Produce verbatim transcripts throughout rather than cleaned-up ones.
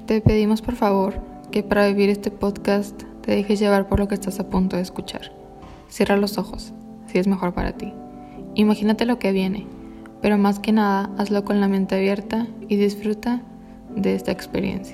Te pedimos por favor que para vivir este podcast te dejes llevar por lo que estás a punto de escuchar. Cierra los ojos, si es mejor para ti. Imagínate lo que viene, pero más que nada hazlo con la mente abierta y disfruta de esta experiencia.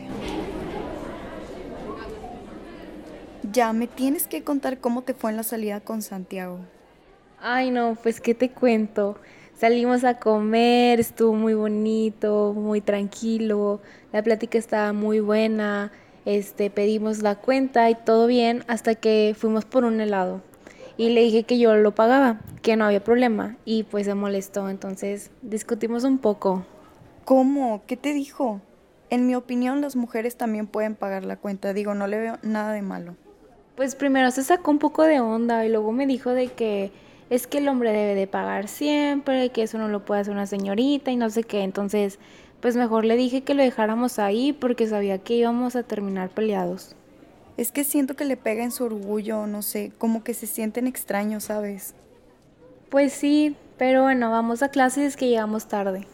Ya, me tienes que contar cómo te fue en la salida con Santiago. Ay, no, pues qué te cuento. Salimos a comer, estuvo muy bonito, muy tranquilo, la plática estaba muy buena, este, pedimos la cuenta y todo bien hasta que fuimos por un helado. Y le dije que yo lo pagaba, que no había problema, y pues se molestó, entonces discutimos un poco. ¿Cómo? ¿Qué te dijo? En mi opinión, las mujeres también pueden pagar la cuenta. Digo, no le veo nada de malo. Pues primero se sacó un poco de onda y luego me dijo de que es que el hombre debe de pagar siempre, que eso no lo puede hacer una señorita y no sé qué. Entonces, pues mejor le dije que lo dejáramos ahí porque sabía que íbamos a terminar peleados. Es que siento que le pega en su orgullo, no sé, como que se sienten extraños, ¿sabes? Pues sí, pero bueno, vamos a clases que llegamos tarde.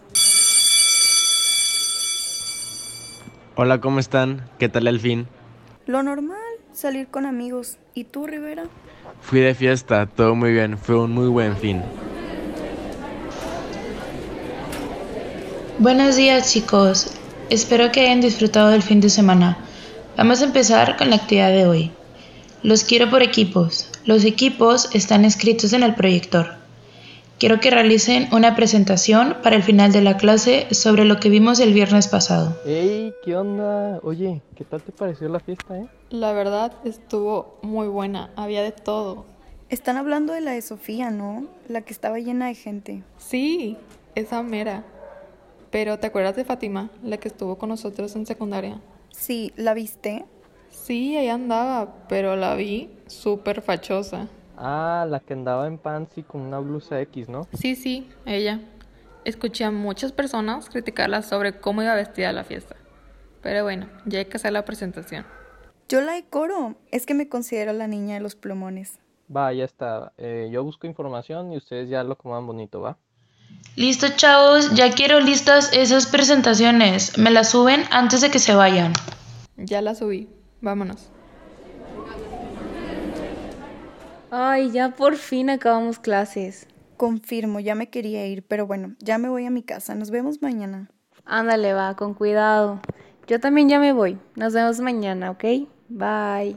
Hola, ¿cómo están? ¿Qué tal el fin? Lo normal, salir con amigos. ¿Y tú, Rivera? Fui de fiesta, todo muy bien, fue un muy buen fin. Buenos días, chicos. Espero que hayan disfrutado del fin de semana. Vamos a empezar con la actividad de hoy. Los quiero por equipos. Los equipos están escritos en el proyector. Quiero que realicen una presentación para el final de la clase sobre lo que vimos el viernes pasado. Hey, ¿qué onda? Oye, ¿qué tal te pareció la fiesta, eh? La verdad estuvo muy buena, había de todo. Están hablando de la de Sofía, ¿no? La que estaba llena de gente. Sí, esa mera. Pero ¿te acuerdas de Fátima, la que estuvo con nosotros en secundaria? Sí, ¿la viste? Sí, ella andaba, pero la vi súper fachosa. Ah, la que andaba en pants y con una blusa X, ¿no? Sí, sí, ella. Escuché a muchas personas criticarla sobre cómo iba vestida a la fiesta. Pero bueno, ya hay que hacer la presentación. Yo la de coro. Es que me considero la niña de los plumones. Va, ya está. Eh, yo busco información y ustedes ya lo acomodan bonito, ¿va? Listo, chavos, ya quiero listas esas presentaciones. Me las suben antes de que se vayan. Ya la subí, vámonos. Ay, ya por fin acabamos clases. Confirmo, ya me quería ir, pero bueno, ya me voy a mi casa. Nos vemos mañana. Ándale, va, con cuidado. Yo también ya me voy. Nos vemos mañana, ¿ok? Bye.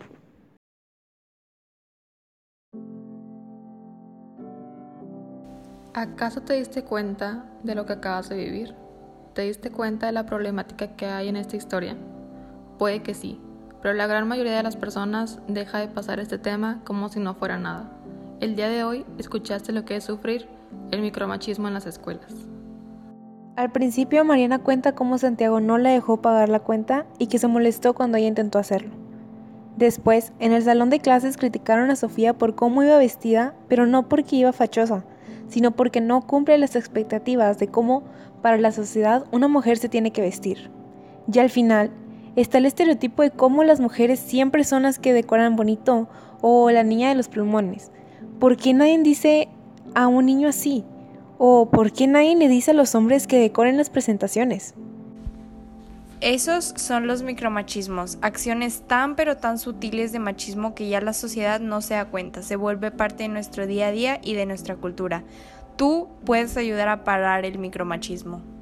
¿Acaso te diste cuenta de lo que acabas de vivir? ¿Te diste cuenta de la problemática que hay en esta historia? Puede que sí, pero la gran mayoría de las personas deja de pasar este tema como si no fuera nada. El día de hoy escuchaste lo que es sufrir el micromachismo en las escuelas. Al principio Mariana cuenta cómo Santiago no le dejó pagar la cuenta y que se molestó cuando ella intentó hacerlo. Después, en el salón de clases criticaron a Sofía por cómo iba vestida, pero no porque iba fachosa, sino porque no cumple las expectativas de cómo, para la sociedad, una mujer se tiene que vestir. Y al final, está el estereotipo de cómo las mujeres siempre son las que decoran bonito o la niña de los plumones. ¿Por qué nadie dice a un niño así? ¿O por qué nadie le dice a los hombres que decoren las presentaciones? Esos son los micromachismos, acciones tan pero tan sutiles de machismo que ya la sociedad no se da cuenta, se vuelve parte de nuestro día a día y de nuestra cultura. Tú puedes ayudar a parar el micromachismo.